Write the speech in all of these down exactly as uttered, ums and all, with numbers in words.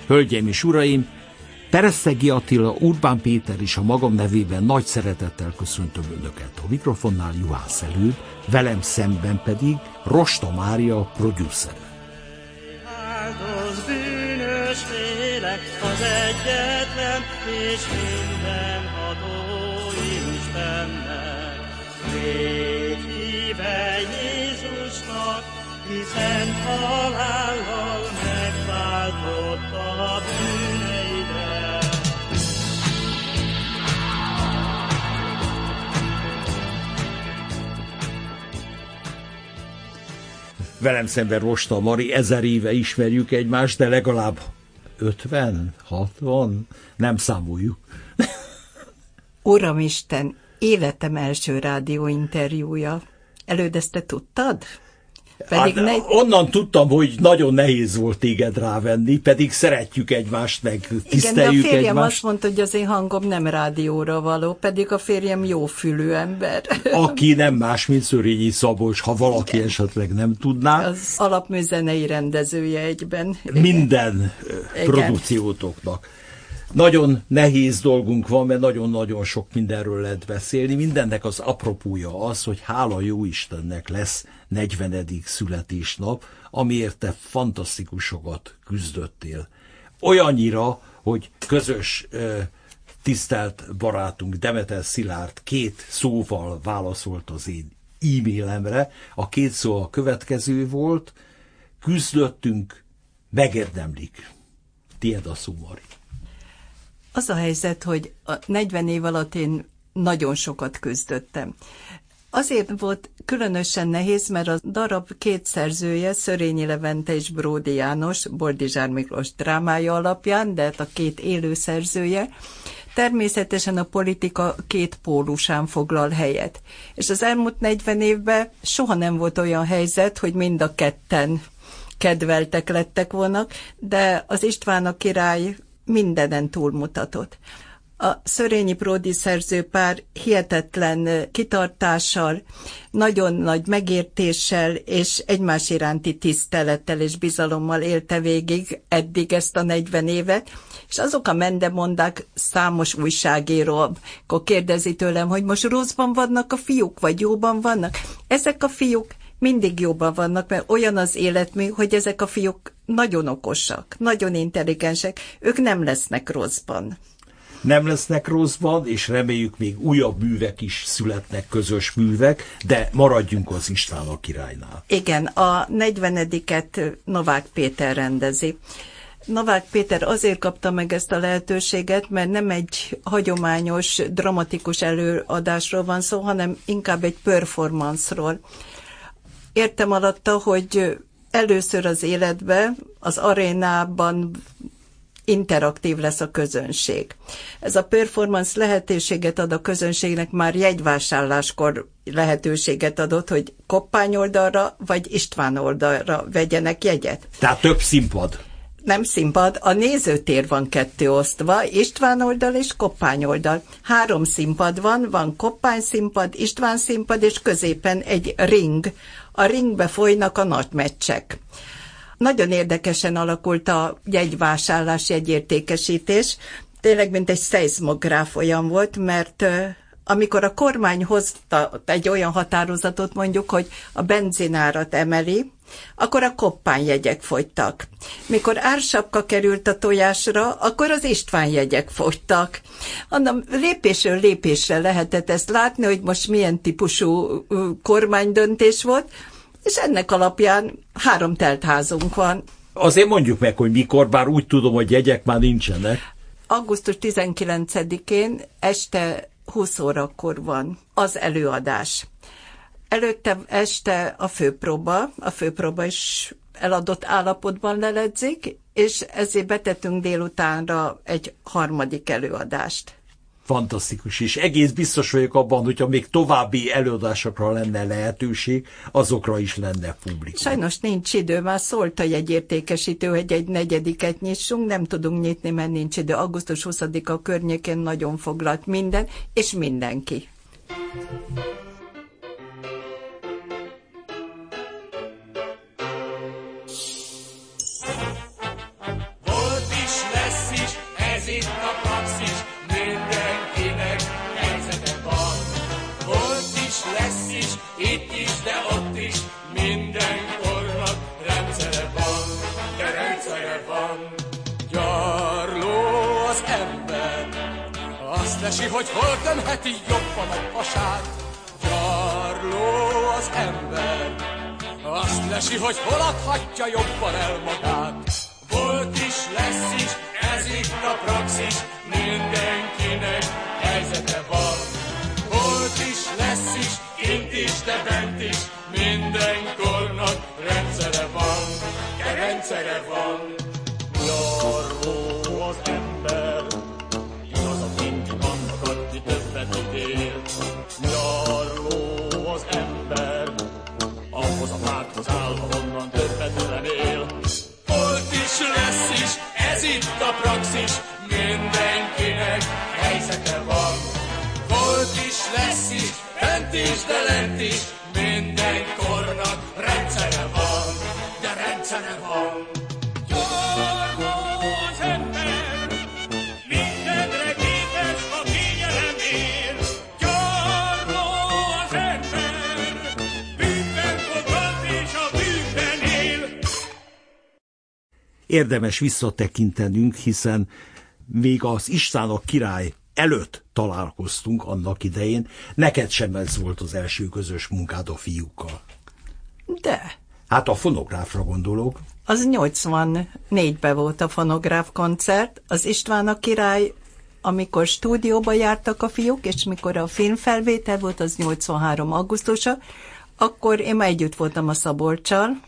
Hölgyeim és uraim, Pereszegi Attila, Urbán Péter és a magam nevében nagy szeretettel köszöntöm Önöket. A mikrofonnál Juhász Előd, velem szemben pedig Rosta Mária producer. Áldoz bűnös lélek, az egyetlen és mindenható Istennek. Légy híve Jézusnak, hiszen halállal megváltotta a bűneidet. Velem szemben Rosta Mari, ezer éve ismerjük egymást, de legalább ötven, hatvan, nem számoljuk. Uramisten, életem első rádióinterjúja. Előd, ezt te tudtad? Pedig hát, ne... Onnan tudtam, hogy nagyon nehéz volt téged rávenni, pedig szeretjük egymást, meg tiszteljük Igen, de a férjem egymást. azt mondta, hogy az én hangom nem rádióra való, pedig a férjem jófülű ember. Aki nem más, mint Szörényi Szabolcs, ha valaki Igen. esetleg nem tudná. Az alapműzenei rendezője egyben. Minden Igen. produkciótoknak. Nagyon nehéz dolgunk van, mert nagyon-nagyon sok mindenről lehet beszélni. Mindennek az apropója az, hogy hála jó Istennek lesz negyvenedik születésnap, amiért te fantasztikusokat küzdöttél. Olyannyira, hogy közös tisztelt barátunk Demeter Szilárd két szóval válaszolt az én e-mailemre. A két szó a következő volt: küzdöttünk, megérdemlik. Tied a szó, Mari. Az a helyzet, hogy a negyven év alatt én nagyon sokat küzdöttem. Azért volt különösen nehéz, mert a darab két szerzője, Szörényi Levente és Bródi János, Boldizsár Miklós drámája alapján, de hát a két élő szerzője, természetesen a politika két pólusán foglal helyet. És az elmúlt negyven évben soha nem volt olyan helyzet, hogy mind a ketten kedveltek lettek volna, de az István a király mindenen túlmutatott. A Szörényi Bródi szerzőpár hihetetlen kitartással, nagyon nagy megértéssel és egymás iránti tisztelettel és bizalommal élte végig eddig ezt a negyven évet, és azok a mendemondák, számos újságíró, akkor kérdezi tőlem, hogy most rosszban vannak a fiúk, vagy jóban vannak. Ezek a fiúk mindig jobban vannak, mert olyan az életmű, hogy ezek a fiúk nagyon okosak, nagyon intelligensek, ők nem lesznek rosszban. Nem lesznek rosszban, és reméljük még újabb művek is születnek, közös művek, de maradjunk az István a királynál. Igen, a negyvenediket Novák Péter rendezi. Novák Péter azért kapta meg ezt a lehetőséget, mert nem egy hagyományos, dramatikus előadásról van szó, hanem inkább egy performance-ról. Értem alatta, hogy először az életben, az arénában interaktív lesz a közönség. Ez a performance lehetőséget ad a közönségnek, már jegyvásárláskor lehetőséget adott, hogy Koppány oldalra vagy István oldalra vegyenek jegyet. Tehát több színpad. Nem színpad, a nézőtér van ketté osztva, István oldal és Koppány oldal. Három színpad van, van Koppány színpad, István színpad, és középen egy ring. A ringbe folynak a nagy meccsek. Nagyon érdekesen alakult a jegyvásárlás, jegyértékesítés. Tényleg, mint egy szeizmográf olyan volt, mert amikor a kormány hozta egy olyan határozatot, mondjuk, hogy a benzinárat emeli, akkor a Koppány jegyek fogytak. Mikor ársapka került a tojásra, akkor az István jegyek fogytak. Annam lépésről lépésre lehetett ezt látni, hogy most milyen típusú kormánydöntés volt, és ennek alapján három teltházunk van. Azért mondjuk meg, hogy mikor, bár úgy tudom, hogy jegyek már nincsenek. augusztus tizenkilencedikén este húsz órakor van az előadás. Előtte este a főpróba, a főpróba is eladott állapotban leledzik, és ezért betettünk délutánra egy harmadik előadást. Fantasztikus, és egész biztos vagyok abban, hogyha még további előadásokra lenne lehetőség, azokra is lenne publikum. Sajnos nincs idő, már szólt a jegyértékesítő, hogy egy negyediket nyissunk, nem tudunk nyitni, mert nincs idő. augusztus huszadika környékén nagyon foglalt minden, és mindenki. Volt is ember, azt lesi, hogy hol tömheti jobban a hasát. Gyarló az ember, azt lesi, hogy hol adhatja jobban el magát. Volt is, lesz is, ez itt a praxis, mindenkinek helyzete van. Volt is, lesz is, kint is, de bent is, mindenkornak rendszere van, de rendszere van. Gyarló az ember, igaz a kinti vannak, aki többet ítél. Gyarló az ember, ahhoz a párthoz állva, honnan többet remél. Volt is, lesz is, ez itt a praxis, mindenkinek helyzete van. Volt is, lesz is, bent is, de lent is, mindenkornak rendszere van, de rendszere van. Gyarló az ember, mindenre képes, a kényelem ér. Gyarló az ember, bűnben fogad és a bűnben él. Érdemes visszatekintenünk, hiszen még az István a király előtt találkoztunk annak idején. Neked sem ez volt az első közös munkád a fiúkkal. De. Hát a fonográfra gondolok. Az nyolcvannégyben volt a fonográf koncert. Az István a király, amikor stúdióba jártak a fiúk, és mikor a filmfelvétel volt, az nyolcvanhárom augusztusa, akkor én már együtt voltam a Szabolccsal,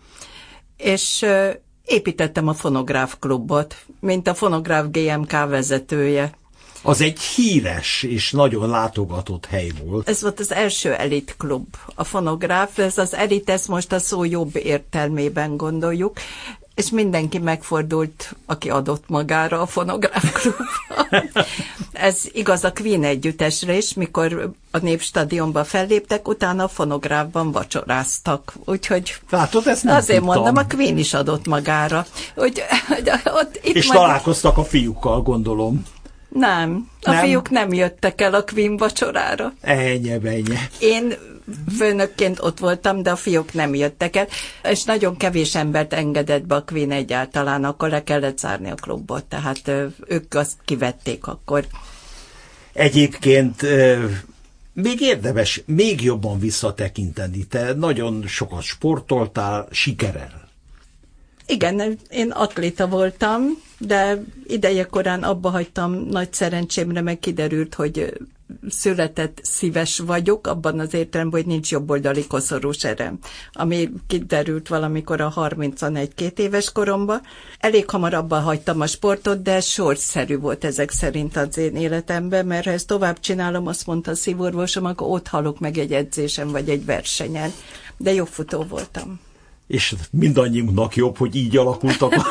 és építettem a fonográf klubot, mint a fonográf gé em ká vezetője. Az egy híres és nagyon látogatott hely volt. Ez volt az első elit klub, a fonográf. Ez az elit, ezt most a szó jobb értelmében gondoljuk, és mindenki megfordult, aki adott magára a fonográf klubban. Ez igaz a Queen együttesre is, mikor a Népstadionban felléptek, utána a fonográfban vacsoráztak. Úgyhogy látod, ezt nem azért tudtam. mondom, a Queen is adott magára. Úgy, ott, itt és majd... találkoztak a fiúkkal, gondolom. Nem, a nem. fiúk nem jöttek el a Queen vacsorára. Ennyi, ennyi. Én főnökként ott voltam, de a fiúk nem jöttek el, és nagyon kevés embert engedett be a Queen egyáltalán, akkor le kellett zárni a klubot, tehát ők azt kivették akkor. Egyébként még érdemes még jobban visszatekinteni. Te nagyon sokat sportoltál, sikerrel. Igen, én atléta voltam, de idejekorán abba hagytam, nagy szerencsémre meg kiderült, hogy született szíves vagyok, abban az értelemben, hogy nincs jobboldali koszorús erem, ami kiderült valamikor a harmincegy-két éves koromban. Elég hamar abba hagytam a sportot, de sorszerű volt ezek szerint az én életemben, mert ha ezt tovább csinálom, azt mondta a szívorvosom, akkor ott halok meg egy edzésen vagy egy versenyen. De jobb futó voltam. És mindannyiunknak jobb, hogy így alakultak a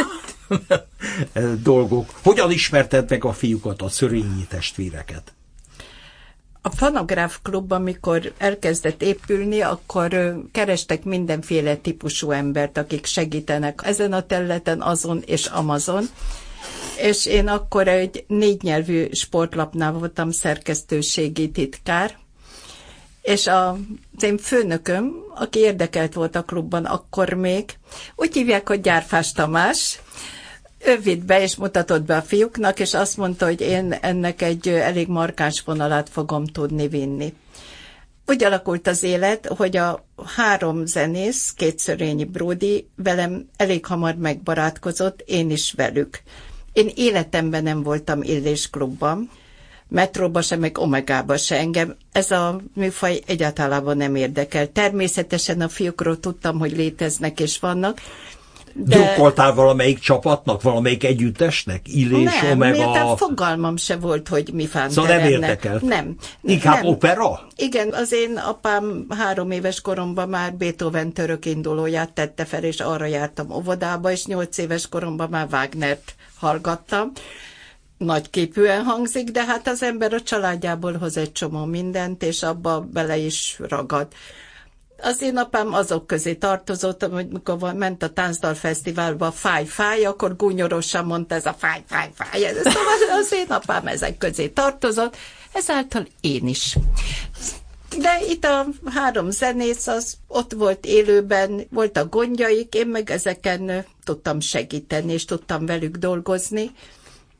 dolgok. Hogyan ismerted meg a fiúkat, a Szörényi testvéreket? A fonográf klub, amikor elkezdett épülni, akkor kerestek mindenféle típusú embert, akik segítenek ezen a területen, azon és amazon. És én akkor egy négy nyelvű sportlapnál voltam szerkesztőségi titkár, és a, az én főnököm, aki érdekelt volt a klubban akkor még, úgy hívják, hogy Gyárfás Tamás, ő vitt be és mutatott be a fiúknak, és azt mondta, hogy én ennek egy elég markáns vonalát fogom tudni vinni. Úgy alakult az élet, hogy a három zenész, két Szörényi Bródi velem elég hamar megbarátkozott, én is velük. Én életemben nem voltam Illés klubban, Metróba se, meg Omegába se. Engem ez a műfaj egyáltalán nem érdekel. Természetesen a fiúkról tudtam, hogy léteznek és vannak. De... Drukkoltál valamelyik csapatnak, valamelyik együttesnek? Illés, nem, Omega... miután fogalmam se volt, hogy mi fán szóval teremnek. nem érdekelt? Nem. Inkább nem. opera? Igen, az én apám három éves koromban már Beethoven török indulóját tette fel, és arra jártam óvodába, és nyolc éves koromban már Wagnert hallgattam. Nagyképűen hangzik, de hát az ember a családjából hoz egy csomó mindent, és abba bele is ragad. Az én apám azok közé tartozott, hogy mikor ment a táncdalfesztiválba fáj, fáj, akkor gúnyorosan mondta ez a fáj, fáj, fáj. Szóval az én apám ezek közé tartozott, ezáltal én is. De itt a három zenész, az ott volt élőben, voltak gondjaik, én meg ezeken tudtam segíteni, és tudtam velük dolgozni, és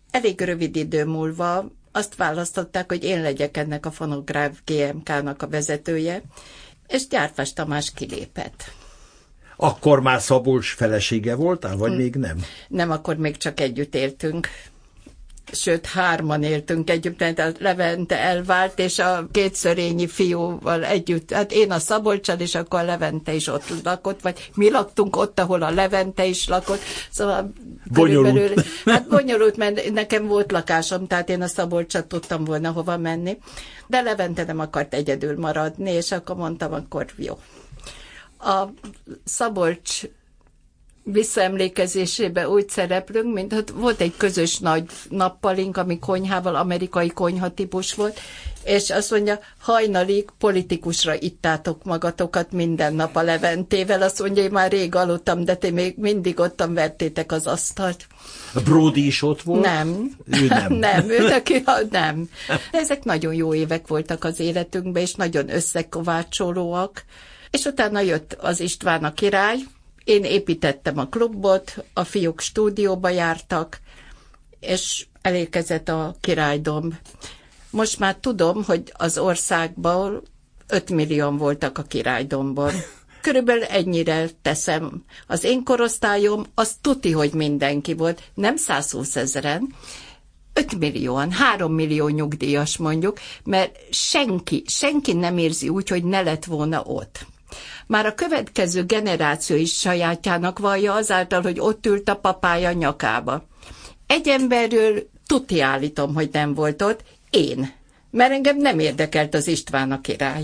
elég rövid idő múlva azt választották, hogy én legyek ennek a Fonográf gé em ká-nak a vezetője, és Gyárfás Tamás kilépett. Akkor már Szabolcs felesége voltál, vagy hmm. még nem? Nem, akkor még csak együtt éltünk. Sőt, hárman éltünk együtt, tehát Levente elvált, és a két Szörényi fiúval együtt, hát én a Szabolccsal, és akkor a Levente is ott lakott, vagy mi laktunk ott, ahol a Levente is lakott, szóval bonyolult. Körülbelül, hát bonyolult, mert nekem volt lakásom, tehát én a Szabolccsal tudtam volna hova menni, de Levente nem akart egyedül maradni, és akkor mondtam, akkor jó. A Szabolcs visszaemlékezésébe úgy szereplünk, mint hogy volt egy közös nagy nappalink, ami konyhával, amerikai konyhatípus volt, és azt mondja, hajnalig politikusra ittátok magatokat minden nap a Leventével, azt mondja, én már rég aludtam, de ti még mindig ottan vertétek az asztalt. A Brody is ott volt? Nem. Ő nem. nem, ő neki, nem. Ezek nagyon jó évek voltak az életünkben, és nagyon összekovácsolóak. És utána jött az István a király, én építettem a klubot, a fiúk stúdióba jártak, és elérkezett a királydomb. Most már tudom, hogy az országban öt millióan voltak a királydombon. Körülbelül ennyire teszem. Az én korosztályom, az tuti, hogy mindenki volt, nem százhúsz ezeren, öt millióan, három millió nyugdíjas mondjuk, mert senki, senki nem érzi úgy, hogy ne lett volna ott. Már a következő generáció is sajátjának vallja azáltal, hogy ott ült a papája nyakába. Egy emberről tuti állítom, hogy nem volt ott, én, mert engem nem érdekelt az István a király.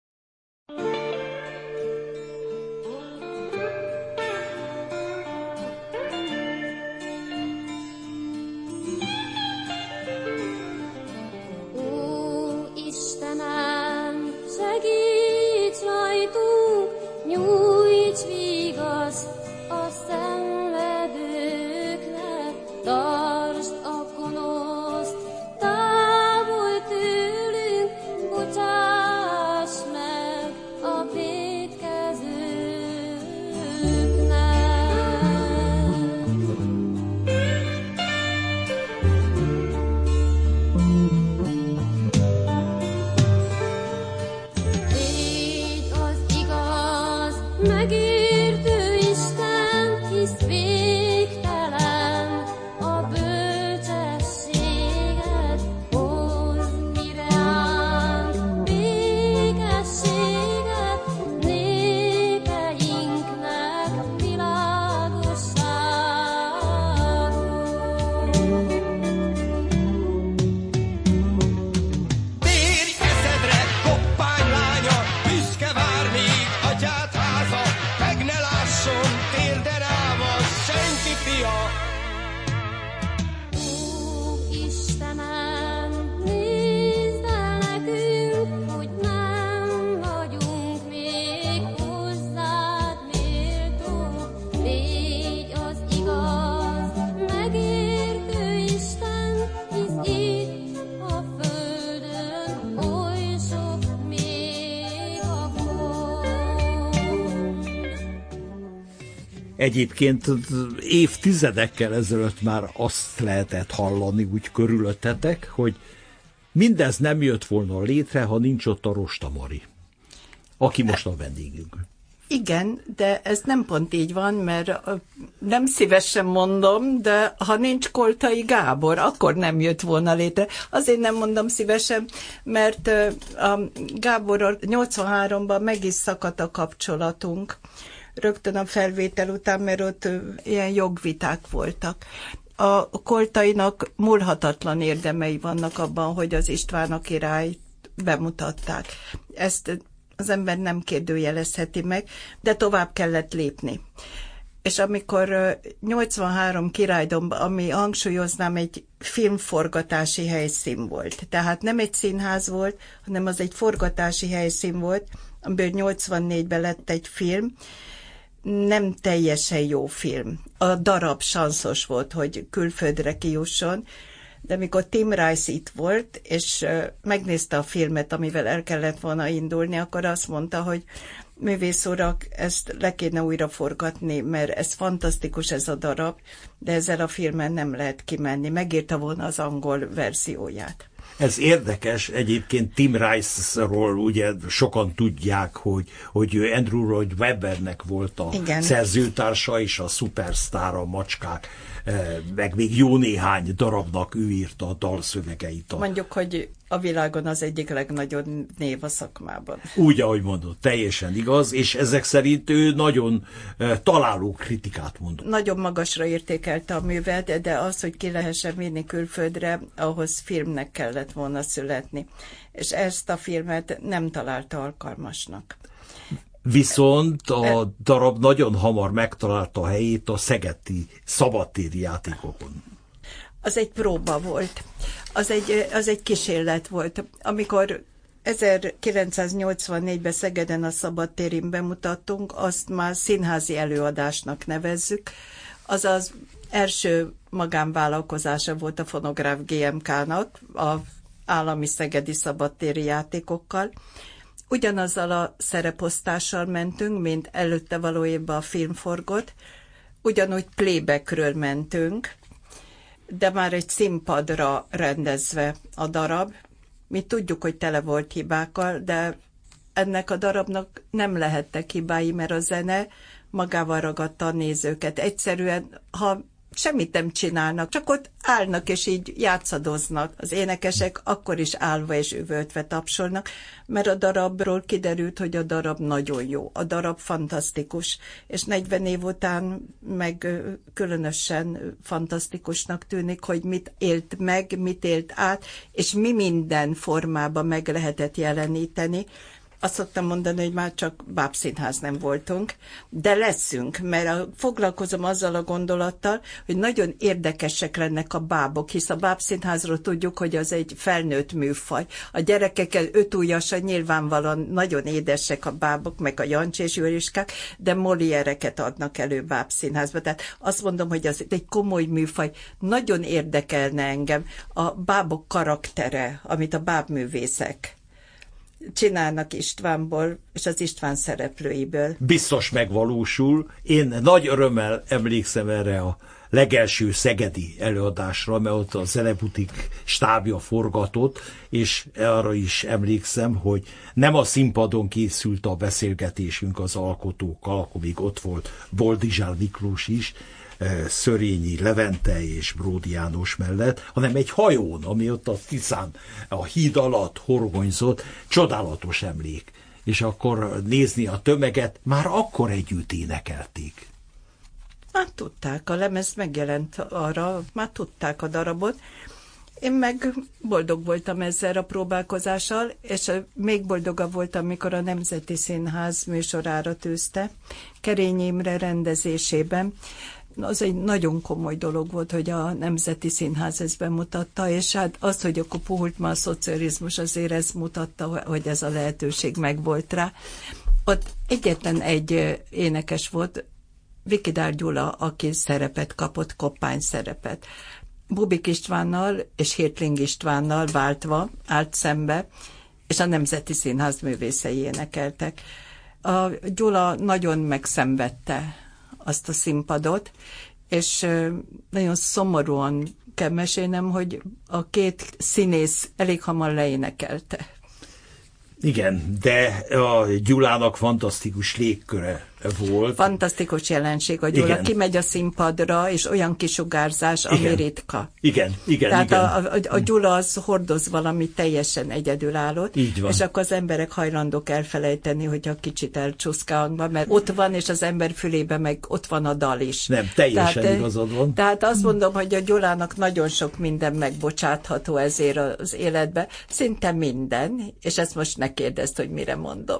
Nyújts vigaszt a szenvedőknek, tartsd a gonoszt távol tőlünk, bocsáss meg a Megértő Isten, hisz végtelen a bölcsességed, hozd mi reánk békességet, népeinknek világosságot. Térj eszedre, koppánylánya, büszke vár még atyád háza, meg ne lásson térden állva senki fia. Ó, Istenem, nézd el nekünk, hogy nem vagyunk még hozzád méltók. Légy az igaz, megértő Isten, hisz itt a földön oly sok még a gond. Egyébként évtizedekkel ezelőtt már azt lehetett hallani úgy körülöttetek, hogy mindez nem jött volna létre, ha nincs ott a Rosta Mari, aki most a vendégünk. Igen, de ez nem pont így van, mert ö, nem szívesen mondom, de ha nincs Koltai Gábor, akkor nem jött volna létre. Azért nem mondom szívesen, mert ö, a Gáborral nyolcvanháromban meg is szakadt a kapcsolatunk, rögtön a felvétel után, mert ott ö, ilyen jogviták voltak. A Koltainak múlhatatlan érdemei vannak abban, hogy az István a királyt bemutatták. Ezt az ember nem kérdőjelezheti meg, de tovább kellett lépni. És amikor nyolcvanhárom Királydomb, ami hangsúlyoznám, egy filmforgatási helyszín volt. Tehát nem egy színház volt, hanem az egy forgatási helyszín volt, amiből nyolcvannégyben lett egy film, nem teljesen jó film. A darab sanszos volt, hogy külföldre kijusson, de mikor Tim Rice itt volt, és uh, megnézte a filmet, amivel el kellett volna indulni, akkor azt mondta, hogy művész urak, ezt le kéne újra forgatni, mert ez fantasztikus ez a darab, de ezzel a filmen nem lehet kimenni. Megírta volna az angol verzióját. Ez érdekes, egyébként Tim Rice-ról ugye sokan tudják, hogy, hogy Andrew Lloyd Webbernek volt a Igen. szerzőtársa, és a Superstar, a Macskák, meg még jó néhány darabnak ő írta a dalszövegeit. Mondjuk, hogy a világon az egyik legnagyobb név a szakmában. Úgy, ahogy mondod, teljesen igaz, és ezek szerint ő nagyon találó kritikát mondott. Nagyon magasra értékelte a művet, de az, hogy ki lehessen vinni külföldre, ahhoz filmnek kellett volna születni. És ezt a filmet nem találta alkalmasnak. Viszont a darab nagyon hamar megtalálta a helyét a szegedi szabadtéri játékokon. Az egy próba volt. Az egy, az egy kísérlet volt. Amikor ezerkilencszáznyolcvannégyben Szegeden a szabadtérin bemutattunk, azt már színházi előadásnak nevezzük. Az az első magánvállalkozása volt a Fonográf gé em ká-nak, az állami szegedi szabadtéri játékokkal. Ugyanazzal a szereposztással mentünk, mint előtte való évben a film forgott, ugyanúgy playbackről mentünk, de már egy színpadra rendezve a darab. Mi tudjuk, hogy tele volt hibákkal, de ennek a darabnak nem lehettek hibái, mert a zene magával ragadta a nézőket. Egyszerűen, ha semmit nem csinálnak, csak ott állnak és így játszadoznak. Az énekesek akkor is állva és üvöltve tapsolnak, mert a darabról kiderült, hogy a darab nagyon jó. A darab fantasztikus, és negyven év után meg különösen fantasztikusnak tűnik, hogy mit élt meg, mit élt át, és mi minden formában meg lehetett jeleníteni. Azt szoktam mondani, hogy már csak bábszínház nem voltunk, de leszünk, mert foglalkozom azzal a gondolattal, hogy nagyon érdekesek lennek a bábok, hisz a bábszínházról tudjuk, hogy az egy felnőtt műfaj. A gyerekekkel ötújasan nyilvánvalóan nagyon édesek a bábok, meg a Jancsi és Juriskák, de Molière-eket adnak elő bábszínházba. Tehát azt mondom, hogy az egy komoly műfaj. Nagyon érdekelne engem a bábok karaktere, amit a bábművészek csinálnak Istvánból, és az István szereplőiből. Biztos megvalósul. Én nagy örömmel emlékszem erre a legelső szegedi előadásra, mert ott a Zenebutik stábja forgatott, és arra is emlékszem, hogy nem a színpadon készült a beszélgetésünk az alkotókkal, akkor még ott volt Boldizsár Miklós is, Szörényi Levente és Bródi János mellett, hanem egy hajón, ami ott a Tiszán, a híd alatt horgonyzott, csodálatos emlék. És akkor nézni a tömeget, már akkor együtt énekelték. Már tudták, a lemez megjelent arra, már tudták a darabot. Én meg boldog voltam ezzel a próbálkozással, és még boldogabb voltam, amikor a Nemzeti Színház műsorára tűzte, Kerény Imre rendezésében. Az egy nagyon komoly dolog volt, hogy a Nemzeti Színház ezt bemutatta, és hát az, hogy akkor puhult már a szocializmus, azért ez mutatta, hogy ez a lehetőség megvolt rá. Ott egyetlen egy énekes volt, Vikidár Gyula, aki szerepet kapott, koppány szerepet. Bubik Istvánnal és Hirtling Istvánnal váltva állt szembe, és a Nemzeti Színház művészei énekeltek. A Gyula nagyon megszenvedte azt a színpadot, és nagyon szomorúan kell mesélnem, hogy a két színész elég hamar leénekelte. Igen, de a Gyulának fantasztikus légköre volt. Fantasztikus jelenség a Gyula. Igen. Kimegy a színpadra, és olyan kisugárzás, ami igen. ritka. Igen, igen, Tehát igen. A, a, a Gyula az hordoz valami teljesen egyedülállót, és akkor az emberek hajlandók elfelejteni, hogyha kicsit elcsúszka hangban, mert ott van, és az ember fülében meg ott van a dal is. Nem, teljesen tehát, igazad van. Tehát azt mondom, hogy a Gyulának nagyon sok minden megbocsátható ezért az életbe, szinte minden, és ezt most ne kérdezd, hogy mire mondom.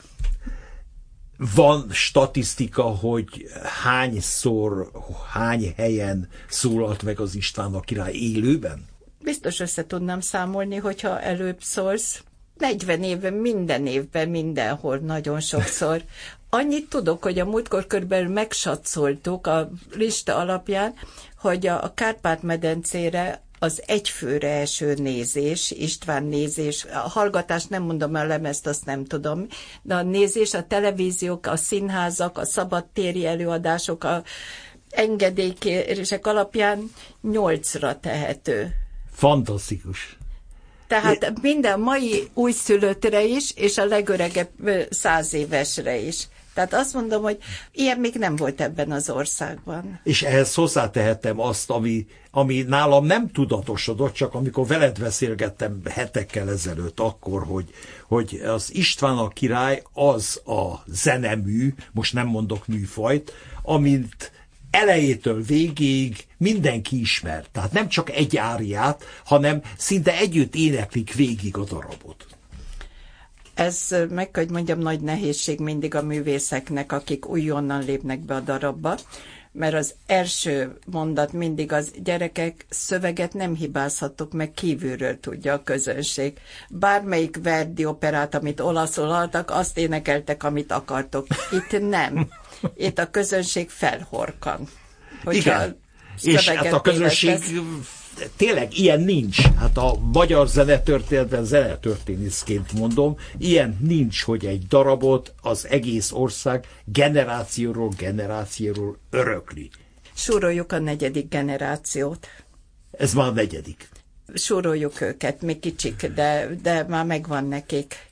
Van statisztika, hogy hányszor, hány helyen szólalt meg az István a király élőben? Biztos össze tudnám számolni, hogyha előbb szólsz. negyven évben, minden évben, mindenhol, nagyon sokszor. Annyit tudok, hogy a múltkor körülbelül megsatszoltuk a lista alapján, hogy a Kárpát-medencére az egyfőre eső nézés, István nézés, a hallgatást nem mondom, a lemezt azt nem tudom, de a nézés, a televíziók, a színházak, a szabadtéri előadások, a engedélykérések alapján nyolcra tehető. Fantasztikus. Tehát minden mai újszülöttre is, és a legöregebb száz évesre is. Tehát azt mondom, hogy ilyen még nem volt ebben az országban. És ehhez hozzátehettem azt, ami, ami nálam nem tudatosodott, csak amikor veled beszélgettem hetekkel ezelőtt akkor, hogy, hogy az István a király az a zenemű, most nem mondok műfajt, amit elejétől végéig mindenki ismer. Tehát nem csak egy áriát, hanem szinte együtt éneklik végig a darabot. Ez, meg hogy mondjam, nagy nehézség mindig a művészeknek, akik újonnan lépnek be a darabba, mert az első mondat mindig az, gyerekek, szöveget nem hibázhatok, meg kívülről tudja a közönség. Bármelyik Verdi operát, amit olaszul hallottak, azt énekeltek, amit akartok. Itt nem. Itt a közönség felhorkan. Igen, és hát a közönség tényleg ilyen nincs. Hát a magyar zenetörténetben, zenetörténészként mondom, ilyen nincs, hogy egy darabot az egész ország generációról generációról örökli. Súroljuk a negyedik generációt. Ez már a negyedik. Súroljuk őket, még kicsik, de, de már megvan nekik.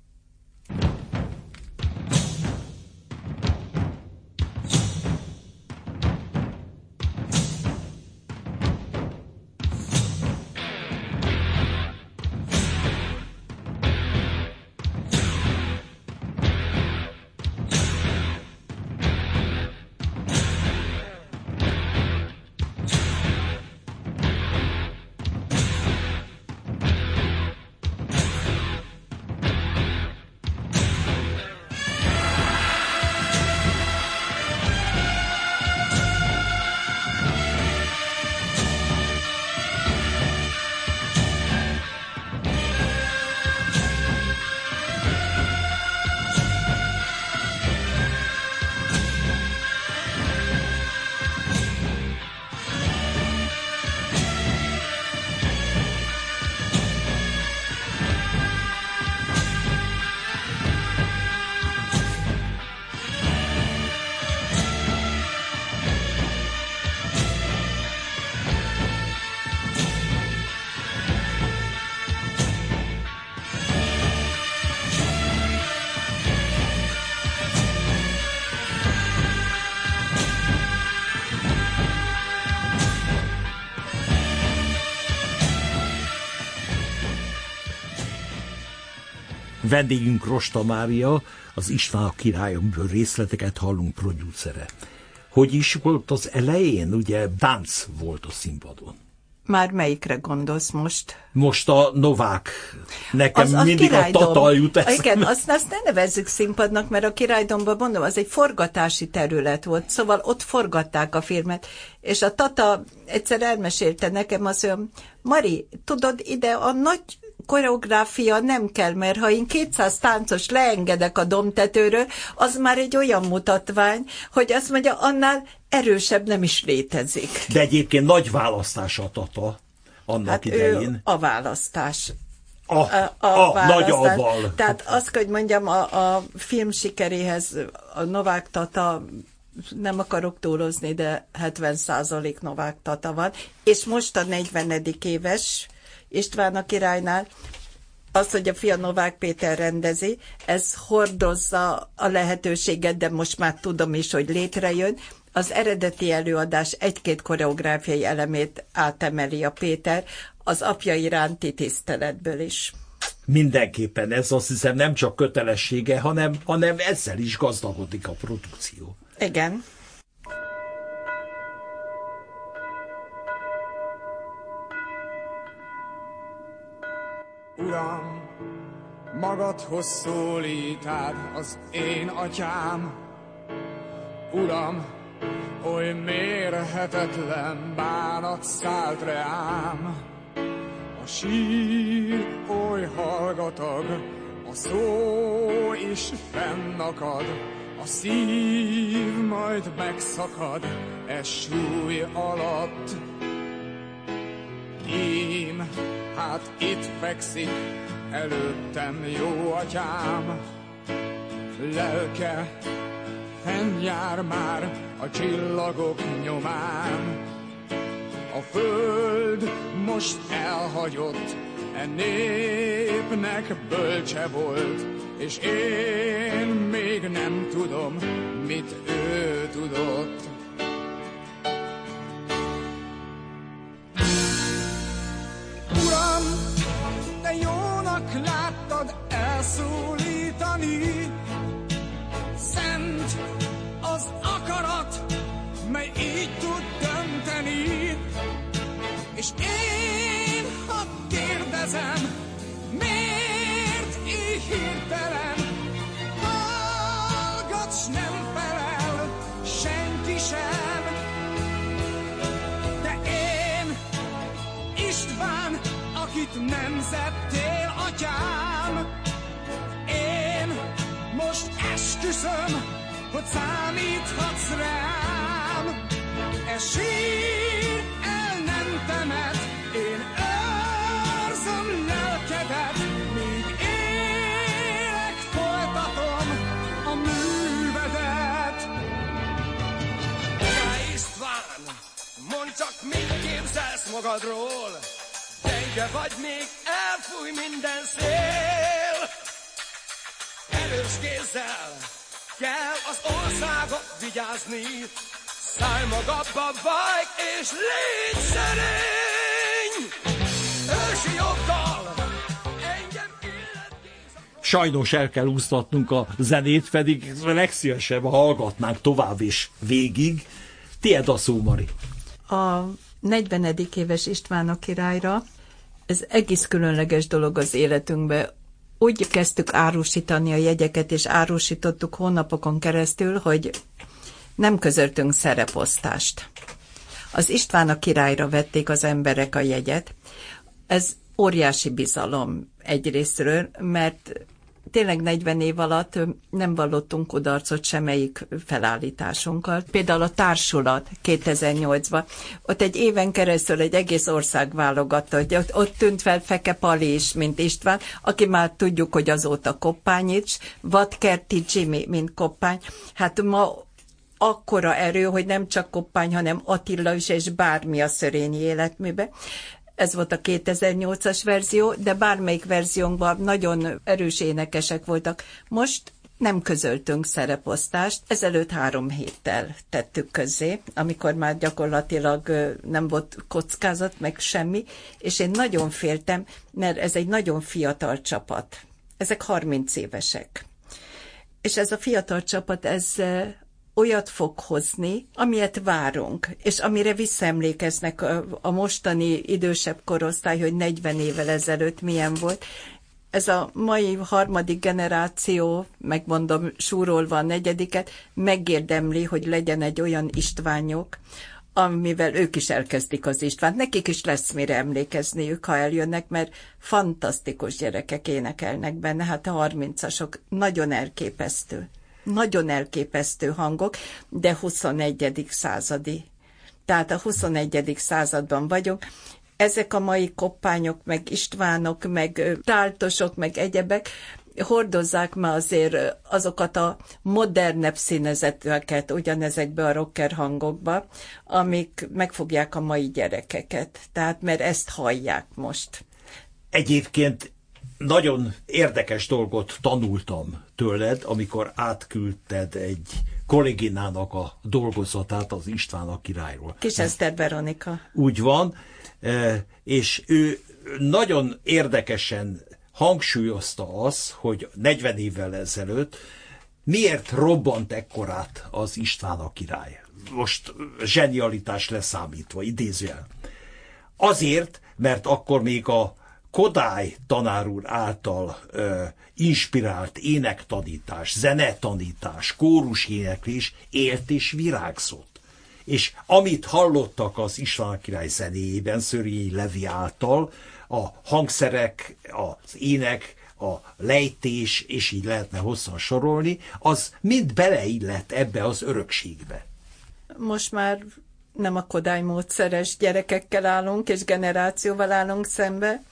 Vendégünk Rosta Mária, az István a király, amiből részleteket hallunk, producere. Hogy is volt az elején? Ugye tánc volt a színpadon. Már melyikre gondolsz most? Most a Novák. Nekem az, az mindig királydom. A Tata jut eszembe. Igen, azt, azt ne nevezzük színpadnak, mert a Királydomban, mondom, az egy forgatási terület volt, szóval ott forgatták a filmet, és a Tata egyszer elmesélte nekem azt, hogy Mari, tudod, ide a nagy koreográfia nem kell, mert ha én kétszáz táncos leengedek a domtetőről, az már egy olyan mutatvány, hogy azt mondja, annál erősebb nem is létezik. De egyébként nagy választás a Tata annak hát idején. Ő a választás. A, a, a, a nagy aval. Tehát azt, hogy mondjam, a, a film sikeréhez a Novák Tata, nem akarok túlozni, de hetven százalék Novák Tata van, és most a negyvenedik éves István a királynál, az, hogy a fia Novák Péter rendezi, ez hordozza a lehetőséget, de most már tudom is, hogy létrejön. Az eredeti előadás egy-két koreográfiai elemét átemeli a Péter, az apja iránti tiszteletből is. Mindenképpen ez, azt hiszem, nem csak kötelessége, hanem, hanem ezzel is gazdagodik a produkció. Igen. Uram, magadhoz szólítád az én atyám. Uram, oly mérhetetlen bánat szállt reám. A sír oly hallgatag, a szó is fennakad, a szív majd megszakad e súly alatt. hát itt fekszik előttem jó atyám. Lelke fennjár már a csillagok nyomán. A föld most elhagyott, e népnek bölcse volt, és én még nem tudom, mit ő tudott. Uram, te jónak láttad elszólítani, szent az akarat, mely így tud dönteni, és én, ha kérdezem, miért így hirtelen hallgatsz, nem felel senki sem. De én, István, akit nemzettél, atyám, én most esküszöm, hogy számíthatsz rám. E sír el nem temet, én őrzöm lelkedet, míg élek, folytatom a művedet. Király István, mondd csak, mit képzelsz magadról? Gyenge vagy, még elfúj minden szél. Erős kézzel kell az országot vigyázni. Szállj magadba, vágj, és légy szerény! Ősi joggal engem illet kéz a... Sajnos el kell úsztatnunk a zenét, pedig legszívesebben hallgatnánk tovább és végig. Tied a szó, Mari. A negyvenedik éves István a királyra, ez egész különleges dolog az életünkben. Úgy kezdtük árusítani a jegyeket, és árusítottuk hónapokon keresztül, hogy nem közöltünk szereposztást. Az István a királyra vették az emberek a jegyet. Ez óriási bizalom egyrésztről, mert tényleg negyven év alatt nem vallottunk kudarcot semmelyik felállításunkkal. Például a társulat kétezer-nyolcban, ott egy éven keresztül egy egész ország válogatta, hogy ott, ott tűnt fel Feke Pali is, mint István, aki már tudjuk, hogy azóta Koppányics, Vadkerti Jimmy, mint Koppány. Hát ma akkora erő, hogy nem csak Koppány, hanem Attila is, és bármi a Szörényi életműbe. Ez volt a kétezer-nyolcas verzió, de bármelyik verziónkban nagyon erős énekesek voltak. Most nem közöltünk szereposztást, ezelőtt három héttel tettük közzé, amikor már gyakorlatilag nem volt kockázat, meg semmi, és én nagyon féltem, mert ez egy nagyon fiatal csapat. Ezek harminc évesek. És ez a fiatal csapat, ez olyat fog hozni, amilyet várunk, és amire visszaemlékeznek a, a mostani idősebb korosztály, hogy negyven évvel ezelőtt milyen volt. Ez a mai harmadik generáció, megmondom, súrolva a negyediket, megérdemli, hogy legyen egy olyan Istványok, amivel ők is elkezdik az Istvánt. Nekik is lesz mire emlékezniük, ha eljönnek, mert fantasztikus gyerekek énekelnek benne, hát a harmincasok nagyon elképesztő. Nagyon elképesztő hangok, de huszonegyedik századi. Tehát a huszonegyedik században vagyunk. Ezek a mai Koppányok, meg Istvánok, meg Táltosok, meg egyebek hordozzák már azért azokat a modernebb színezeteket ugyanezekbe a rocker hangokba, amik megfogják a mai gyerekeket. Tehát mert ezt hallják most. Egyébként nagyon érdekes dolgot tanultam tőled, amikor átküldted egy kolléginának a dolgozatát az István a királyról. Kis Eszter Veronika. Úgy van, és ő nagyon érdekesen hangsúlyozta az, hogy negyven évvel ezelőtt miért robbant ekkorát az István a király. Most zsenialitás leszámítva, idézőjel. Azért, mert akkor még a Kodály tanár úr által ö, inspirált énektanítás, zenetanítás, kóruséneklés élt és virágzott. És amit hallottak az István király zenéjében, Szörényi Levi által, a hangszerek, az ének, a lejtés, és így lehetne hosszan sorolni, az mind beleillett ebbe az örökségbe. Most már nem a Kodály módszeres gyerekekkel állunk, és generációval állunk szembe,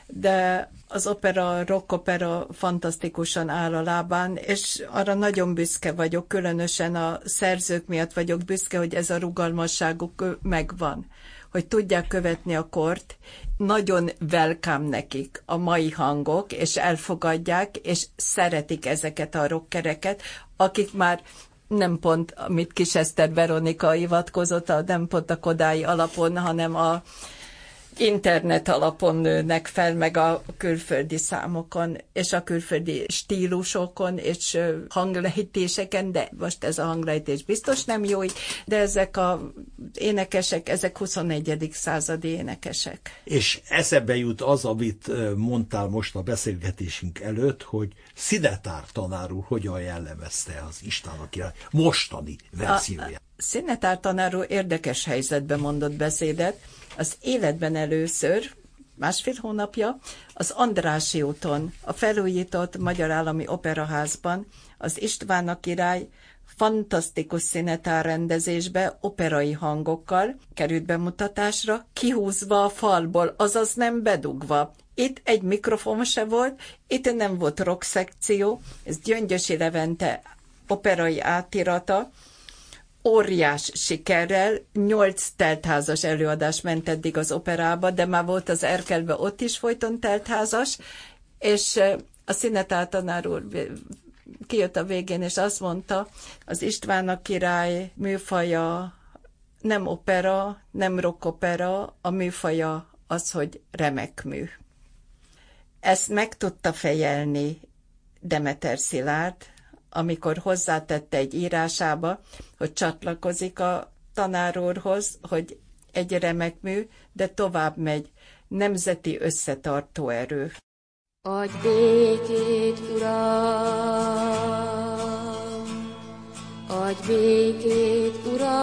de az opera, rockopera fantasztikusan áll a lábán, és arra nagyon büszke vagyok, különösen a szerzők miatt vagyok büszke, hogy ez a rugalmasságuk megvan, hogy tudják követni a kort, nagyon welcome nekik a mai hangok, és elfogadják, és szeretik ezeket a rockereket, akik már nem pont, amit Kis Eszter Veronika hivatkozott, nem pont a kodái alapon, hanem a internet alapon nőnek fel, meg a külföldi számokon, és a külföldi stílusokon, és hanglejtéseken, de most ez a hanglejtés biztos nem jó, de ezek az énekesek, ezek huszonegyedik századi énekesek. És eszembe jut az, amit mondtál most a beszélgetésünk előtt, hogy Szinetár tanár úr hogyan jellemezte az István Király mostani verzióját. A Szinetár tanár úr érdekes helyzetben mondott beszédet. Az életben először, másfél hónapja, az Andrássy úton, a felújított Magyar Állami Operaházban az István Király fantasztikus szinetár rendezésbe, operai hangokkal került bemutatásra, kihúzva a falból, azaz nem bedugva. Itt egy mikrofon se volt, itt nem volt rock szekció, ez Gyöngyösi Levente operai átirata, óriás sikerrel, nyolc teltházas előadás ment eddig az operába, de már volt az Erkelbe ott is folyton teltházas, és a Szinetár tanár úr kijött a végén, és azt mondta, az István Király műfaja nem opera, nem rockopera, a műfaja az, hogy remek mű. Ezt meg tudta fejelni Demeter Szilárd, amikor hozzátette egy írásába, hogy csatlakozik a tanár úrhoz, hogy egy remek mű, de tovább megy, nemzeti összetartó erő. Adj békét, Uram! Adj békét,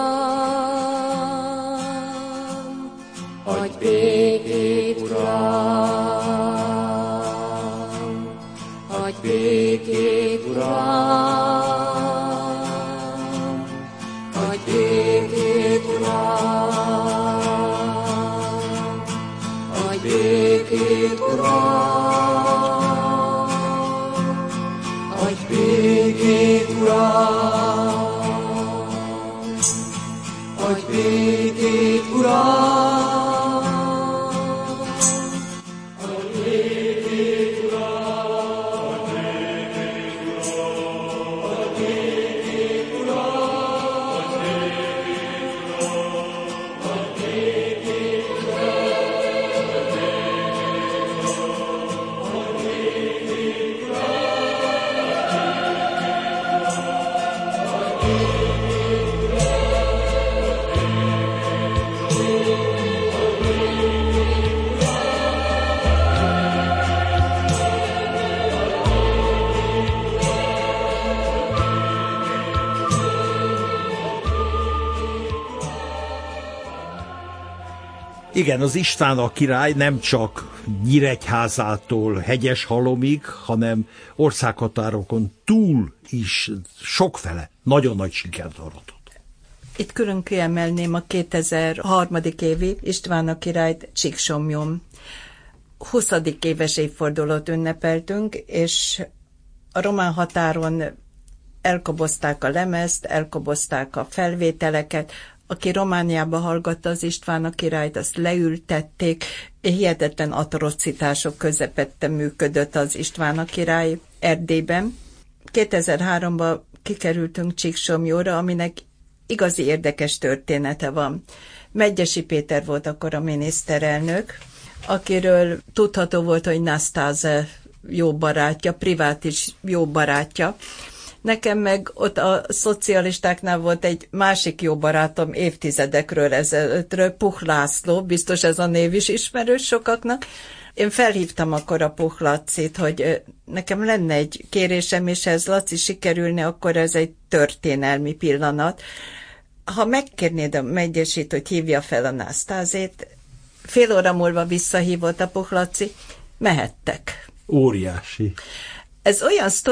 Uram! Adj békét, Uram! Adj békét, Uram! Adj békét, Uram! Adj békét, Uram! Adj békét, Uram! Adj békét, Uram! Igen, az István Király nem csak Nyíregyházától Hegyeshalomig, hanem országhatárokon túl is sokfele nagyon nagy sikert aratott. Itt külön kiemelném a kétezer-három. évi István Királyt Csíksomlyom. huszadik éves évfordulót ünnepeltünk, és a román határon elkobozták a lemezt, elkobozták a felvételeket. Aki Romániába hallgatta az István Királyt, azt leültették, hihetetlen atrocitások közepette működött az István Király Erdélyben. kétezer-háromban kikerültünk Csíksomlyóra, aminek igazi érdekes története van. Medgyessy Péter volt akkor a miniszterelnök, akiről tudható volt, hogy Nastase jó barátja, privát is jó barátja. Nekem meg ott a szocialistáknál volt egy másik jó barátom évtizedekről ezelőttről, Puch László, biztos ez a név is ismerős sokaknak. Én felhívtam akkor a Puch Lacit, hogy nekem lenne egy kérésem, és ha ez Laci sikerülne, akkor ez egy történelmi pillanat. Ha megkérnéd a Megyessit, hogy hívja fel a Nastásét, fél óra múlva visszahívott a Puch Laci, mehettek. Óriási. Ez olyan sztori volt az életünkben, amit ö, levegőt nem kaptunk.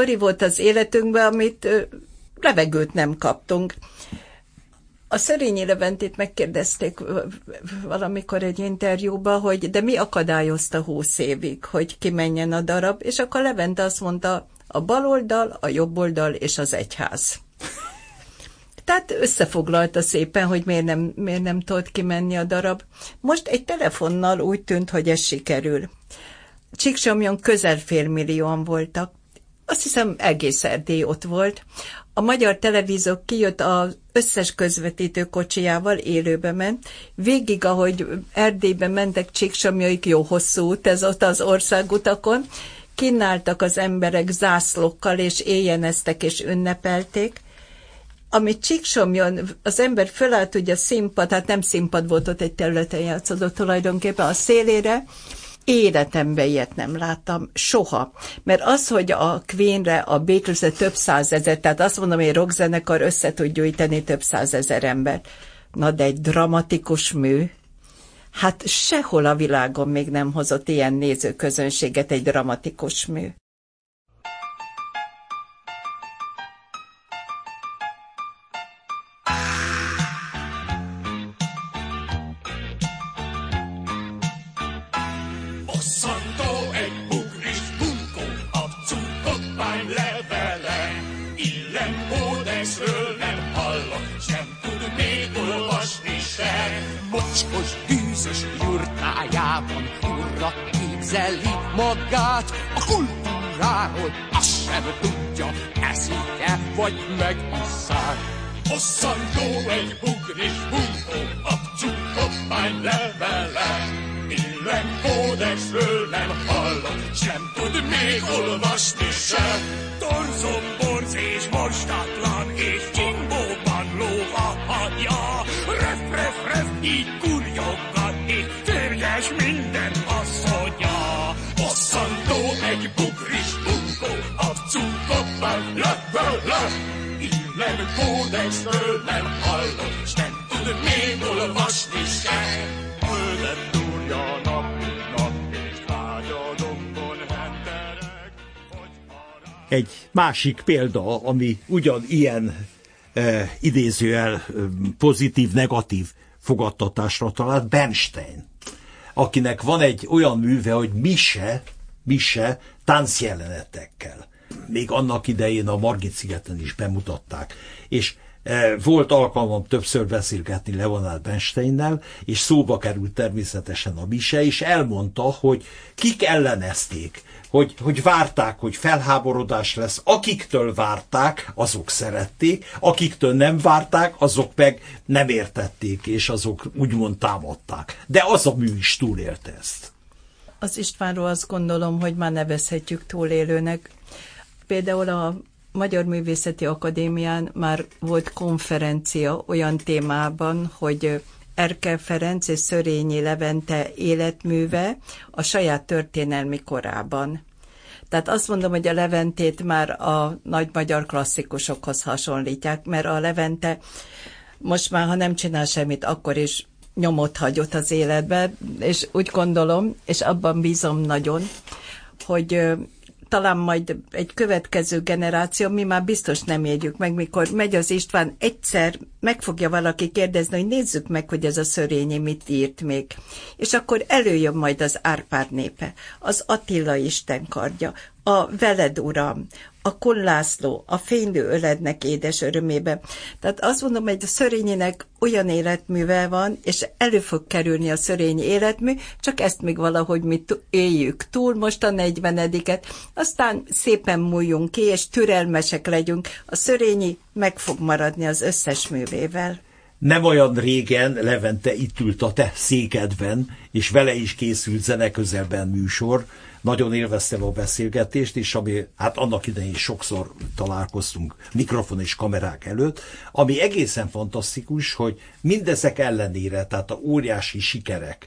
A Szörényi Leventét megkérdezték valamikor egy interjúban, hogy de mi akadályozta húsz évig, hogy kimenjen a darab, és akkor Levente azt mondta, a baloldal, a jobboldal és az egyház. Tehát összefoglalta szépen, hogy miért nem, miért nem tudott kimenni a darab. Most egy telefonnal úgy tűnt, hogy ez sikerül. Csíksomjon közel félmillióan voltak. Azt hiszem, egész Erdély ott volt. A magyar televízió kijött az összes közvetítő kocsijával, élőbe ment. Végig, ahogy Erdélyben mentek Csíksomjaik, jó hosszú út, ez ott az országutakon, kínáltak az emberek zászlókkal, és éjjeneztek és ünnepelték. Amit Csíksomjon, az ember fölállt ugye a színpad, hát nem színpad volt, ott egy területen játszódott tulajdonképpen a szélére, életemben ilyet nem láttam, soha. Mert az, hogy a Queenre, a Beatlesre több százezer, tehát azt mondom, hogy egy rockzenekar össze tud gyújtani több százezer ember. Na de egy dramatikus mű, hát sehol a világon még nem hozott ilyen nézőközönséget egy dramatikus mű. Bosszantó egy bugris bunkó, abcukott bány levele. Illem kódexről nem hallok, s nem tud még olvasni se. Mocskos, gűzös jurtájában urra képzeli magát. A kultúráról azt sem tudja, eszik-e vagy megisszák. Bosszantó egy bugris bunkó, abcukott bány levele. Illem kódexről nem hallok, sem tud még olvasni se. Torzom, borz és mostatlan, és csimbóban ló a hajja. Röf, röf, röf, így kurjoggat, és férjes minden asszonya. Bosszantó egy bugris bunkó, abcukott bány levele. Illem kódexről nem hallok, s nem tud még olvasni se. Földem durja nap, mint nap, és lágya dombon henderek, hogy arra... Egy másik példa, ami ugyanilyen eh, idézőjel eh, pozitív-negatív fogadtatásra talált, Bernstein, akinek van egy olyan műve, hogy mise, mise táncjelenetekkel. Még annak idején a Margit-szigeten is bemutatták. És e, volt alkalmam többször beszélgetni Leonard Bernsteinnel, és szóba került természetesen a mise, és elmondta, hogy kik ellenezték, hogy, hogy várták, hogy felháborodás lesz. Akiktől várták, azok szerették, akiktől nem várták, azok meg nem értették, és azok úgymond támadták. De az a mű is túlélte ezt. Az Istvánról azt gondolom, hogy már nevezhetjük túlélőnek. Például a Magyar Művészeti Akadémián már volt konferencia olyan témában, hogy Erkel Ferenc és Szörényi Levente életműve a saját történelmi korában. Tehát azt mondom, hogy a Leventét már a nagy magyar klasszikusokhoz hasonlítják, mert a Levente most már, ha nem csinál semmit, akkor is nyomot hagyott az életbe, és úgy gondolom, és abban bízom nagyon, hogy talán majd egy következő generáció, mi már biztos nem érjük meg, mikor megy az István, egyszer meg fogja valaki kérdezni, hogy nézzük meg, hogy ez a Szörényi mit írt még. És akkor előjön majd az Árpád népe, az Attila istenkardja, a Veled uram, a Kun László, a Fénylő ölednek édes örömébe. Tehát azt mondom, hogy a Szörényinek olyan életműve van, és elő fog kerülni a Szörényi életmű, csak ezt még valahogy mi éljük túl most a negyvenediket, aztán szépen múljunk ki, és türelmesek legyünk. A Szörényi meg fog maradni az összes művével. Nem olyan régen Levente itt ült a te székedben, és vele is készült Zeneközelben műsor. Nagyon élveztem a beszélgetést, és ami, hát annak idején sokszor találkoztunk mikrofon és kamerák előtt, ami egészen fantasztikus, hogy mindezek ellenére, tehát a óriási sikerek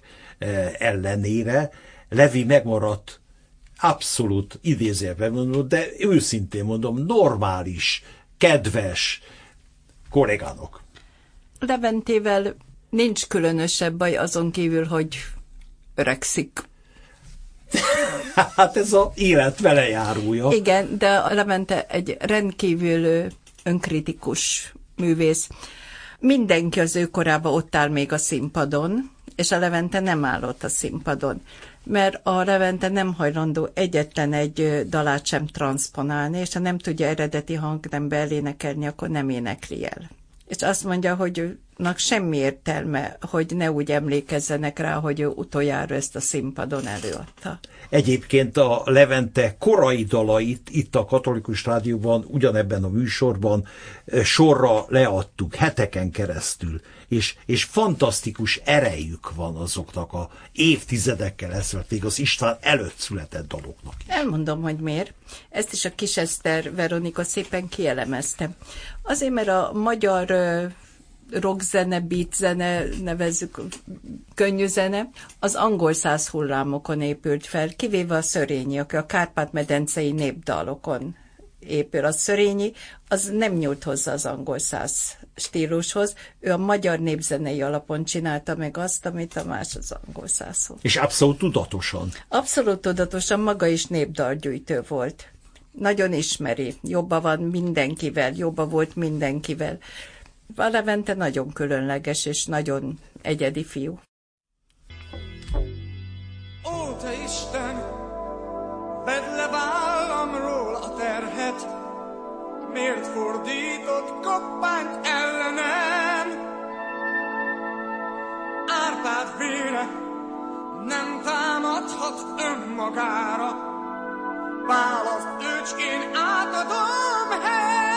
ellenére Levi megmaradt abszolút idézőjelben mondom, de őszintén mondom, normális, kedves kollégának. Leventével nincs különösebb baj azon kívül, hogy öregszik. Hát ez az élet velejárója. Igen, de a Levente egy rendkívül önkritikus művész. Mindenki az ő korában ott áll még a színpadon, és a Levente nem állott a színpadon, mert a Levente nem hajlandó egyetlen egy dalát sem transponálni, és ha nem tudja eredeti hangnembe elénekelni, akkor nem énekli el. És azt mondja, hogy nak semmi értelme, hogy ne úgy emlékezzenek rá, hogy ő utoljára ezt a színpadon előadta. Egyébként a Levente korai dalait itt a Katolikus Rádióban, ugyanebben a műsorban sorra leadtuk heteken keresztül, és, és fantasztikus erejük van azoknak a évtizedekkel ezelőtt, még az István előtt született daloknak. Elmondom, hogy miért. Ezt is a Kis Eszter Veronika szépen kielemezte. Azért, mert a magyar rockzene, beatzene, nevezzük könnyű zene, az angol száz hullámokon épült fel, kivéve a Szörényi, aki a Kárpát-medencei népdalokon épül. A Szörényi az nem nyúlt hozzá az angol száz stílushoz, ő a magyar népzenei alapon csinálta meg azt, amit a más az angol százhoz. És abszolút tudatosan. Abszolút tudatosan, maga is népdalgyűjtő volt. Nagyon ismeri, jobban van mindenkivel, jobban volt mindenkivel. A Levente nagyon különleges és nagyon egyedi fiú. Ó, te Isten, vedd le vállamról a terhet, miért fordított kappányt ellenem? Árpád vére nem támadhat önmagára, választ őcskén átadom hem.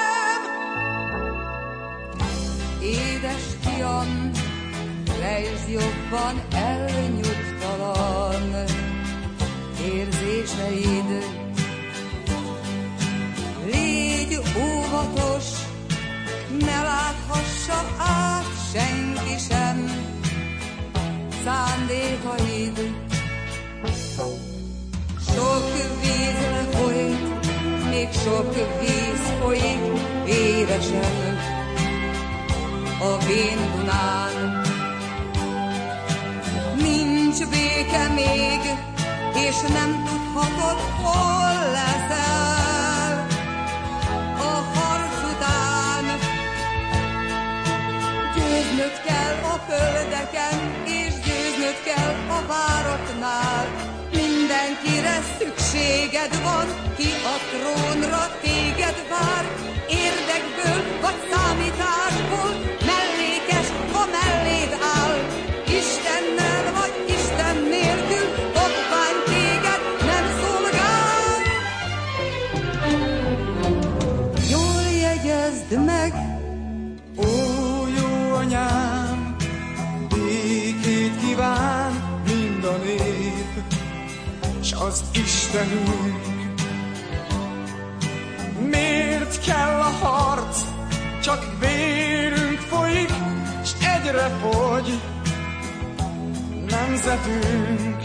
Édes fiam, lejtsd jobban elnyugtalan érzéseid. Légy óvatos, ne láthassa át senki sem szándékaid. Sok víz lefolyt, még sok víz folyik évesen a vén Dunán. Nincs béke még, és nem tudhatod, hol leszel a harc után. Győznöd kell a földeken, és győznöd kell a váraknál. Mindenkire szükséged van, ki a trónra téged vár. Érdekből vagy számításból, mellékes, ha melléd áll. Istennel vagy Isten nélkül, dobbány téged nem szolgál. Jól jegyezd meg, Ó, jó anyám, békét kíván mind a nép, s az Istenünk. Miért kell a harc, csak vérünk folyik, s egyre fogy nemzetünk.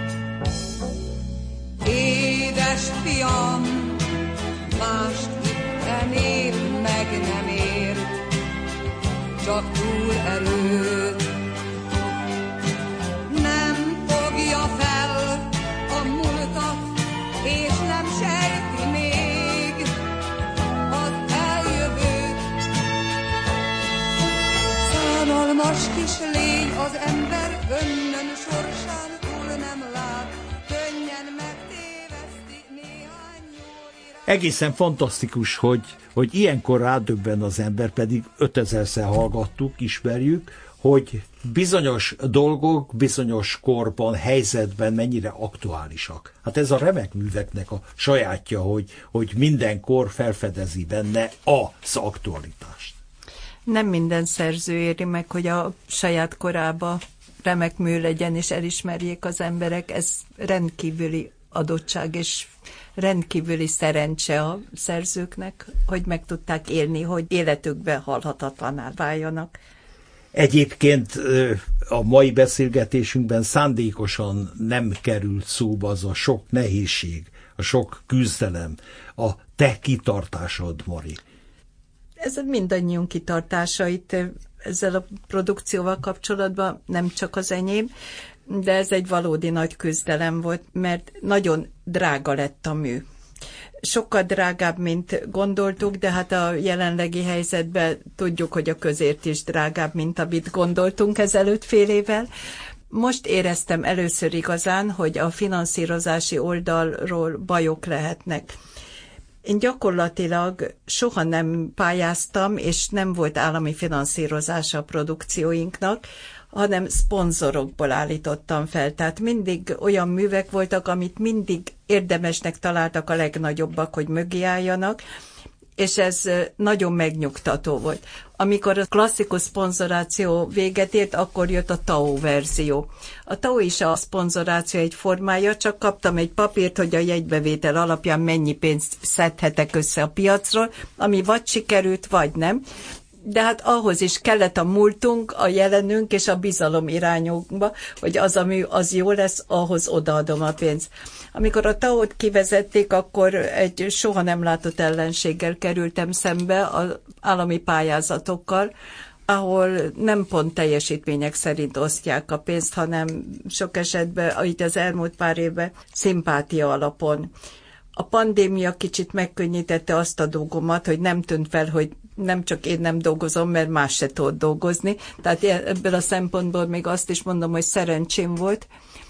édes fiam, mást itten ér meg nem ér, csak túl erőt. Nem fogja fel a múltat, és nem sejti még az eljövőt. Szánalmas kis lény az ember, önnön sorsán túl nem lát, könnyen megtéveszti néhány jól irány. Egészen fantasztikus, hogy, hogy ilyenkor rádöbben az ember, pedig ötezerszer hallgattuk, ismerjük, hogy bizonyos dolgok bizonyos korban, helyzetben mennyire aktuálisak. Hát ez a remek műveknek a sajátja, hogy, hogy minden kor felfedezi benne az aktualitást. Nem minden szerző éri meg, hogy a saját korába remek mű legyen, és elismerjék az emberek. Ez rendkívüli adottság, és rendkívüli szerencse a szerzőknek, hogy meg tudták élni, hogy életükben halhatatlaná váljanak. Egyébként a mai beszélgetésünkben szándékosan nem került szóba az a sok nehézség, a sok küzdelem, a te kitartásod, Mari. Ez mindannyiunk kitartásait ezzel a produkcióval kapcsolatban, nem csak az enyém, de ez egy valódi nagy küzdelem volt, mert nagyon drága lett a mű. sokkal drágább, mint gondoltuk, de hát a jelenlegi helyzetben tudjuk, hogy a közért is drágább, mint amit gondoltunk ezelőtt fél évvel. Most éreztem először igazán, hogy a finanszírozási oldalról bajok lehetnek. Én gyakorlatilag soha nem pályáztam, és nem volt állami finanszírozása a produkcióinknak, hanem szponzorokból állítottam fel. Tehát mindig olyan művek voltak, amit mindig érdemesnek találtak a legnagyobbak, hogy mögé álljanak, és ez nagyon megnyugtató volt. Amikor a klasszikus szponzoráció véget ért, akkor jött a té á o verzió. A té á o is a szponzoráció egy formája, csak kaptam egy papírt, hogy a jegybevétel alapján mennyi pénzt szedhetek össze a piacról, ami vagy sikerült, vagy nem. De hát ahhoz is kellett a múltunk, a jelenünk és a bizalom irányunkba, hogy az, ami az jó lesz, ahhoz odaadom a pénzt. Amikor a té á o-t kivezették, akkor egy soha nem látott ellenséggel kerültem szembe az állami pályázatokkal, ahol nem pont teljesítmények szerint osztják a pénzt, hanem sok esetben, itt az elmúlt pár évben, szimpátia alapon. A pandémia kicsit megkönnyítette azt a dolgomat, hogy nem tűnt fel, hogy nem csak én nem dolgozom, mert más se tud dolgozni. Tehát ebből a szempontból még azt is mondom, hogy szerencsém volt,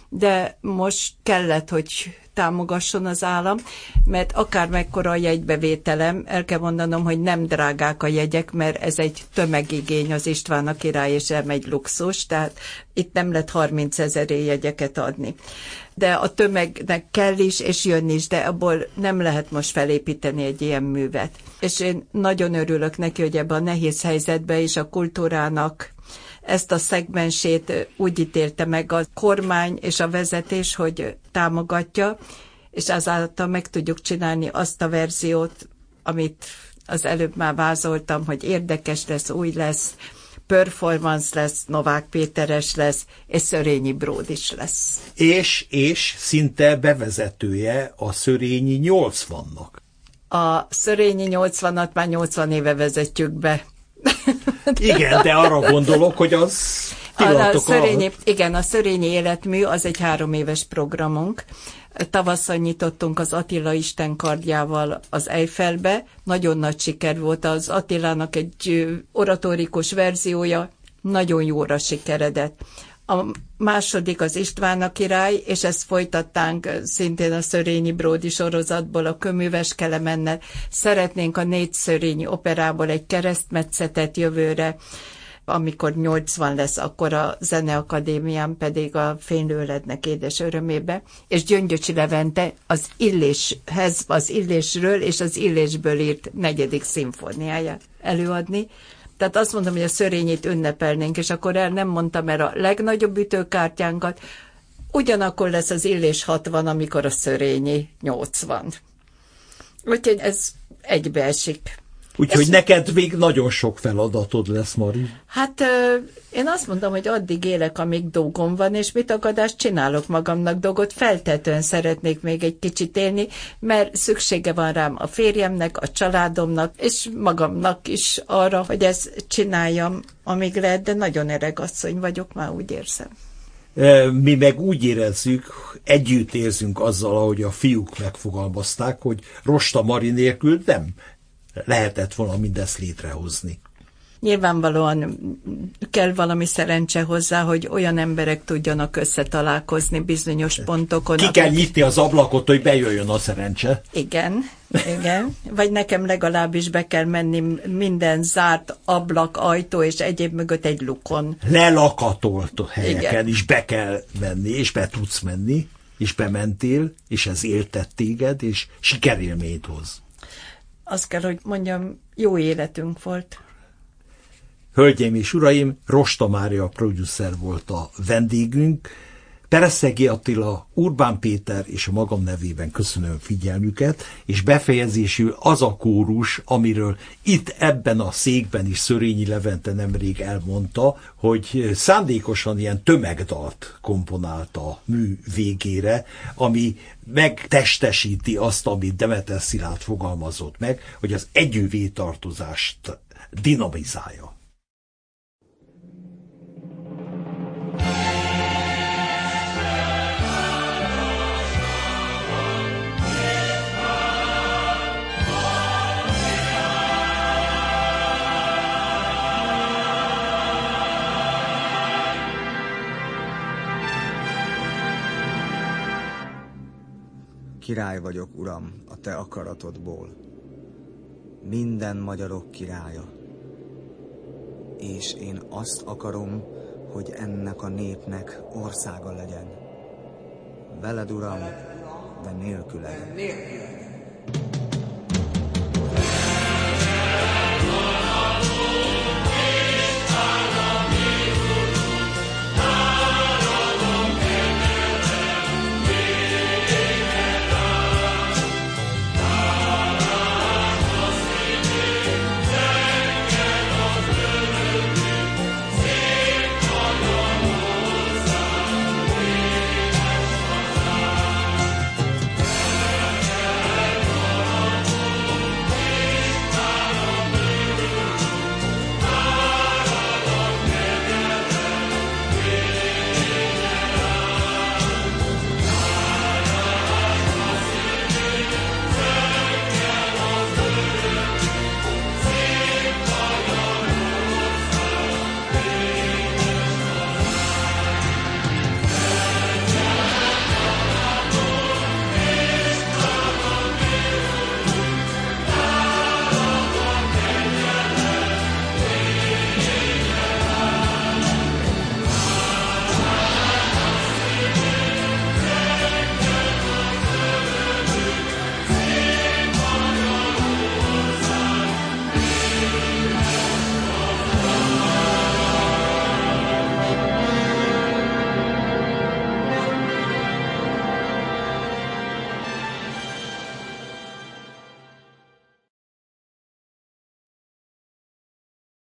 de most kellett, hogy támogasson az állam, mert akár mekkora a jegybevételem, el kell mondanom, hogy nem drágák a jegyek, mert ez egy tömegigény, az István a király, és nem egy luxus, tehát itt nem lehet harmincezeré jegyeket adni. De a tömegnek kell is, és jön is, de abból nem lehet most felépíteni egy ilyen művet. És én nagyon örülök neki, hogy ebben a nehéz helyzetben is a kultúrának ezt a szegmensét úgy ítélte meg a kormány és a vezetés, hogy támogatja, és azáltal meg tudjuk csinálni azt a verziót, amit az előbb már vázoltam, hogy érdekes lesz, új lesz, performance lesz, Novák Péteres lesz, és Szörényi Bród is lesz. És, és szinte bevezetője a Szörényi nyolcvannak. A Szörényi nyolcvanat már nyolcvan éve vezetjük be. Igen, de arra gondolok, hogy az a Szörényi, igen, a Szörényi életmű az egy három éves programunk. Tavasszal nyitottunk az Attila Isten kardjával az Eiffelbe. Nagyon nagy siker volt az Attilának egy oratórikus verziója, nagyon jóra sikeredett. A második az István a király, és ezt folytattánk szintén a Szörényi Bródi sorozatból, a Köműves Kelemennel. Szeretnénk a négy szörényi operából egy keresztmetszetet jövőre, amikor nyolcvan lesz, akkor a Zeneakadémián pedig a Fénylőlednek édes örömébe, és Gyöngyösi Levente az Illéshez, az Illésről és az Illésből írt negyedik szimfóniáját előadni. Tehát azt mondom, hogy a Szörényit ünnepelnénk, és akkor el nem mondtam, mert a legnagyobb ütőkártyánkat, ugyanakkor lesz az Illés hatvan, amikor a Szörényi nyolcvan. Úgyhogy ez egybeesik. Úgyhogy ezt... neked még nagyon sok feladatod lesz, Mari. Hát én azt mondom, hogy addig élek, amíg dolgom van, és mit akadást csinálok magamnak dolgot, feltetően szeretnék még egy kicsit élni, mert szüksége van rám a férjemnek, a családomnak, és magamnak is arra, hogy ezt csináljam, amíg lehet, de nagyon öreg asszony vagyok, már úgy érzem. Mi meg úgy érezzük, együtt érzünk azzal, ahogy a fiúk megfogalmazták, hogy Rosta Mari nélkül nem lehetett volna mindezt létrehozni. Nyilvánvalóan kell valami szerencse hozzá, hogy olyan emberek tudjanak összetalálkozni bizonyos pontokon. Ki kell nyitni az ablakot, hogy bejöjjön a szerencse. Igen, igen. Vagy nekem legalábbis be kell menni minden zárt ablak, ajtó és egyéb mögött egy lukon. Lelakatolt helyeken igen. is be kell menni, és be tudsz menni, és bementél, és ez éltet téged, és sikerélményt hoz. Azt kell, hogy mondjam, jó életünk volt. Hölgyeim és uraim, Rosta Mária producer volt a vendégünk. Pereszegi Attila, Urbán Péter és a magam nevében köszönöm figyelmüket, és befejezésül az a kórus, amiről itt ebben a székben is Szörényi Levente nemrég elmondta, hogy szándékosan ilyen tömegdalt komponált a mű végére, ami megtestesíti azt, amit Demeter Szilárd fogalmazott meg, hogy az együtttartozást dinamizálja. Király vagyok, Uram, a te akaratodból. Minden magyarok királya. És én azt akarom, hogy ennek a népnek országa legyen. Veled, Uram, de nélküled.